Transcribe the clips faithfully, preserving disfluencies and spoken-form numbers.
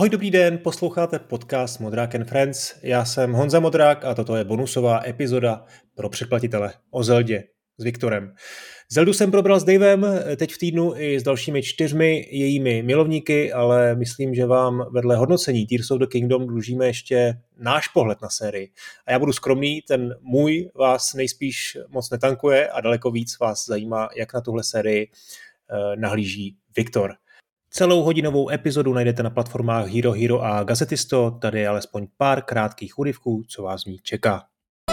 Ahoj, dobrý den, posloucháte podcast Modrák and Friends. Já jsem Honza Modrák a toto je bonusová epizoda pro předplatitele o Zeldě s Viktorem. Zeldu jsem probral s Davem teď v týdnu i s dalšími čtyřmi jejími milovníky, ale myslím, že vám vedle hodnocení Tears of the Kingdom dlužíme ještě náš pohled na sérii. A já budu skromný, ten můj vás nejspíš moc netankuje a daleko víc vás zajímá, jak na tuhle sérii nahlíží Viktor. Celou hodinovou epizodu najdete na platformách Hero Hero a Gazetisto, tady je alespoň pár krátkých úryvků, co vás v ní čeká.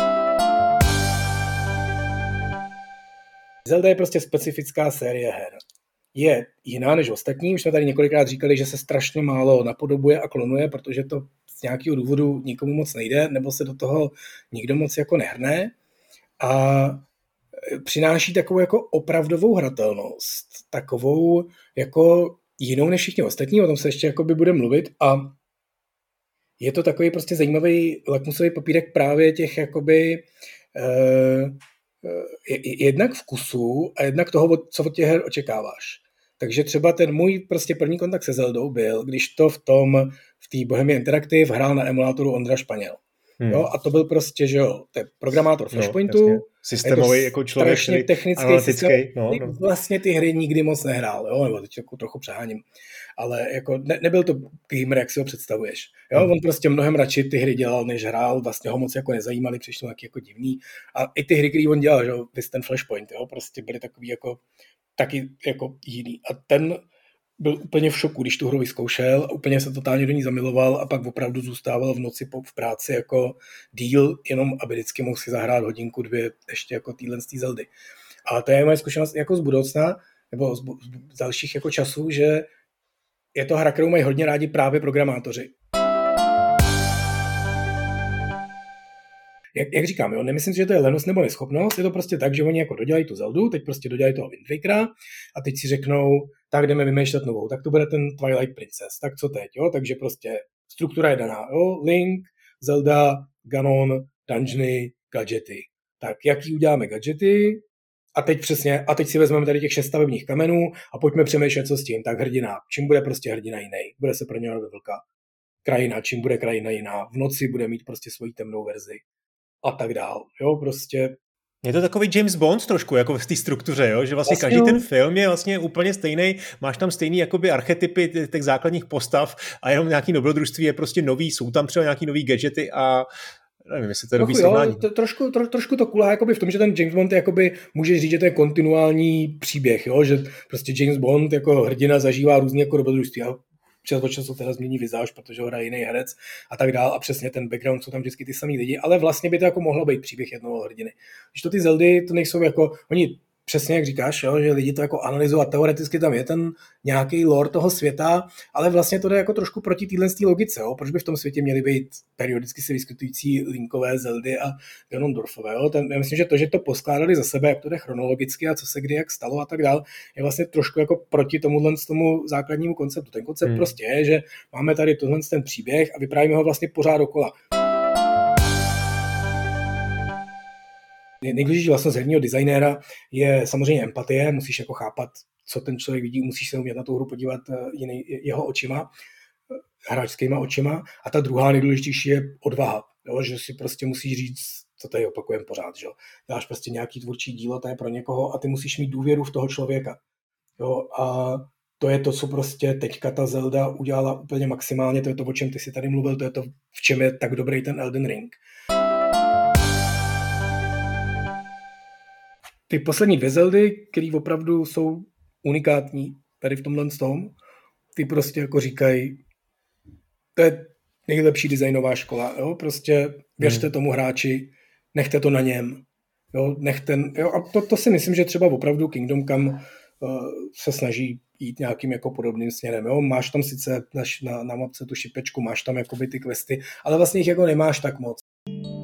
Zelda je prostě specifická série her. Je jiná než ostatní, už jsme tady několikrát říkali, že se strašně málo napodobuje a klonuje, protože to z nějakého důvodu nikomu moc nejde, nebo se do toho nikdo moc jako nehrne. A přináší takovou jako opravdovou hratelnost, takovou jako jinou než všichni ostatní, o tom se ještě jakoby bude mluvit a je to takový prostě zajímavý lakmusový papírek právě těch jakoby eh, jednak vkusu a jednak toho, co od těch her očekáváš. Takže třeba ten můj prostě první kontakt se Zeldou byl, když to v tom, v té Bohemia Interactive hrál na emulátoru Ondra Španěl. Hmm. Jo, a to byl prostě, že jo, to je programátor Flashpointu. Jo, systémový jako člověk, strašně technický systém. No, no. Vlastně ty hry nikdy moc nehrál, jo, nebo teď jako trochu přeháním. Ale jako ne, nebyl to gamer, jak si ho představuješ. Jo, hmm. On prostě mnohem radši ty hry dělal, než hrál, vlastně ho moc jako nezajímali, přišlo taky jako divný. A i ty hry, které on dělal, že jo, ten Flashpoint, jo, prostě byly takový jako taky jako jiný. A ten byl úplně v šoku, když tu hru vyzkoušel a úplně se totálně do ní zamiloval a pak opravdu zůstával v noci po, v práci jako díl, jenom aby vždycky mohl si zahrát hodinku, dvě ještě jako týhle z té Zeldy. A to je moje zkušenost jako z budoucna, nebo z, z dalších jako časů, že je to hra, kterou mají hodně rádi právě programátoři. Jak, jak říkám, jo, nemyslím si, že to je lenost nebo neschopnost, je to prostě tak, že oni jako dodělají tu Zeldu, teď prostě dodělají toho Wind Wakera a teď si řeknou, tak jdeme vymýšlet novou, tak to bude ten Twilight Princess, tak co teď, jo, takže prostě struktura je daná, jo, Link, Zelda, Ganon, dungeony, gadgety. Tak jaký uděláme gadgety? A teď přesně, a teď si vezmeme tady těch šest stavebních kamenů a pojďme přemýšlet, co s tím, tak hrdina, čím bude prostě hrdina jiný, bude se pro něho ve vlka, krajina, čím bude krajina jiná, v noci bude mít prostě svoji temnou verzi. A tak dál, jo, prostě. Je to takový James Bond trošku, jako v té struktuře, jo? Že vlastně, vlastně každý ten film je vlastně úplně stejný, máš tam stejný jakoby archetypy těch základních postav a jenom nějaký dobrodružství je prostě nový, jsou tam třeba nějaký nový gadgety a nevím, jestli to je dobrý srovnání. To, trošku, tro, trošku to kulá jakoby v tom, že ten James Bond je jakoby, můžeš říct, že to je kontinuální příběh, jo? Že prostě James Bond jako hrdina zažívá různě jako dobrodružství. Čas od času teda změní vizáž, protože ho hraje jiný herec a tak dál a přesně ten background jsou tam vždycky ty samý lidi, ale vlastně by to jako mohlo být příběh jednoho hrdiny. Když to ty Zeldy, to nejsou jako, oni přesně jak říkáš, jo, že lidi to jako analyzují a teoreticky tam je ten nějaký lore toho světa, ale vlastně to jde jako trošku proti téhle logice, jo. Proč by v tom světě měly být periodicky se vyskytující Linkové, Zeldy a Ganondorfové, jo. Ten, já myslím, že to, že to poskládali za sebe, jak to jde chronologicky a co se kdy jak stalo a tak dál, je vlastně trošku jako proti tomuhle tomu základnímu konceptu. Ten koncept hmm. prostě je, že máme tady tohle ten příběh a vyprávíme ho vlastně pořád dokola. Nejdůležitější vlastnost herního designéra je samozřejmě empatie, musíš jako chápat, co ten člověk vidí, musíš se umět na tu hru podívat jiný, jeho očima, hráčskýma očima. A ta druhá nejdůležitější je odvaha, jo? Že si prostě musíš říct, co tady opakujeme pořád, že? Děláš prostě nějaký tvůrčí dílo, to je pro někoho a ty musíš mít důvěru v toho člověka. Jo? A to je to, co prostě teďka ta Zelda udělala úplně maximálně, to je to, o čem ty si tady mluvil, to je to, v čem je tak dobrý ten Elden Ring. Ty poslední dvě Zeldy, které opravdu jsou unikátní tady v tomhle tom, ty prostě jako říkají, to je nejlepší designová škola, jo, prostě věřte hmm. tomu hráči, nechte to na něm, jo, nechte, jo, a to, to si myslím, že třeba opravdu Kingdom Come uh, se snaží jít nějakým jako podobným směrem, jo, máš tam sice na, na, na mapce tu šipečku, máš tam jakoby ty questy, ale vlastně jich jako nemáš tak moc.